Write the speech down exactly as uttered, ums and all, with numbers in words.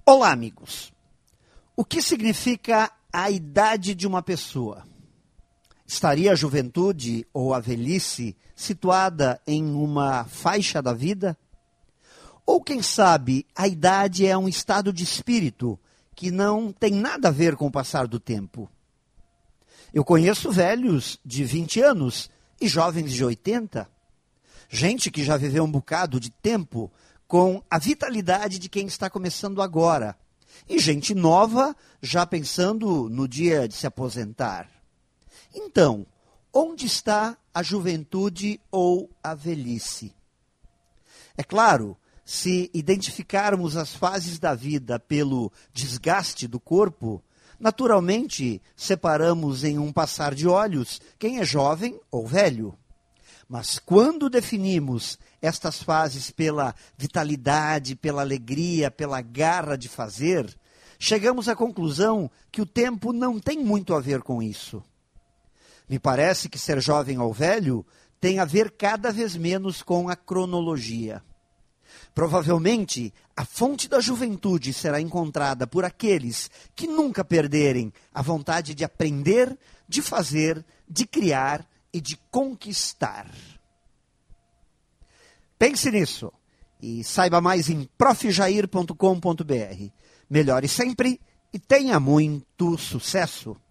Olá, amigos. O que significa a idade de uma pessoa? Estaria a juventude ou a velhice situada em uma faixa da vida? Ou, quem sabe, a idade é um estado de espírito que não tem nada a ver com o passar do tempo? Eu conheço velhos de vinte anos e jovens de oitenta. Gente que já viveu um bocado de tempo com a vitalidade de quem está começando agora. E gente nova já pensando no dia de se aposentar. Então, onde está a juventude ou a velhice? É claro, se identificarmos as fases da vida pelo desgaste do corpo, naturalmente separamos em um passar de olhos quem é jovem ou velho. Mas quando definimos estas fases pela vitalidade, pela alegria, pela garra de fazer, chegamos à conclusão que o tempo não tem muito a ver com isso. Me parece que ser jovem ou velho tem a ver cada vez menos com a cronologia. Provavelmente, a fonte da juventude será encontrada por aqueles que nunca perderem a vontade de aprender, de fazer, de criar e de conquistar. Pense nisso e saiba mais em prof jair ponto com ponto br. Melhore sempre e tenha muito sucesso!